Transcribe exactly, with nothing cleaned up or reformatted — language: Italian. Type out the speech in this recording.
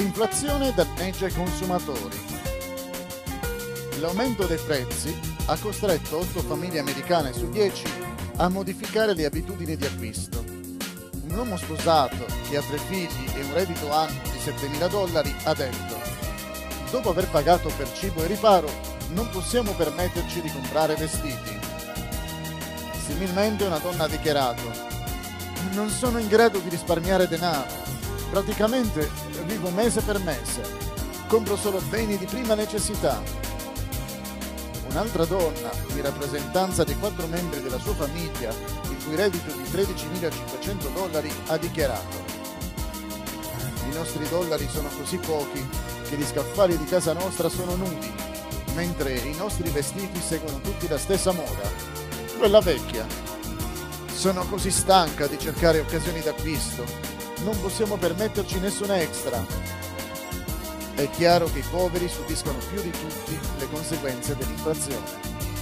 L'inflazione danneggia i consumatori. L'aumento dei prezzi ha costretto otto famiglie americane su dieci a modificare le abitudini di acquisto. Un uomo sposato che ha tre figli e un reddito annuo di settemila dollari ha detto: dopo aver pagato per cibo e riparo, non possiamo permetterci di comprare vestiti. Similmente una donna ha dichiarato: non sono in grado di risparmiare denaro. Praticamente vivo mese per mese. Compro solo beni di prima necessità. Un'altra donna, in rappresentanza dei quattro membri della sua famiglia, il cui reddito di tredicimilacinquecento dollari, ha dichiarato: i nostri dollari sono così pochi che gli scaffali di casa nostra sono nudi, mentre i nostri vestiti seguono tutti la stessa moda, quella vecchia. Sono così stanca di cercare occasioni d'acquisto, non possiamo permetterci nessun extra. È chiaro che i poveri subiscono più di tutti le conseguenze dell'inflazione.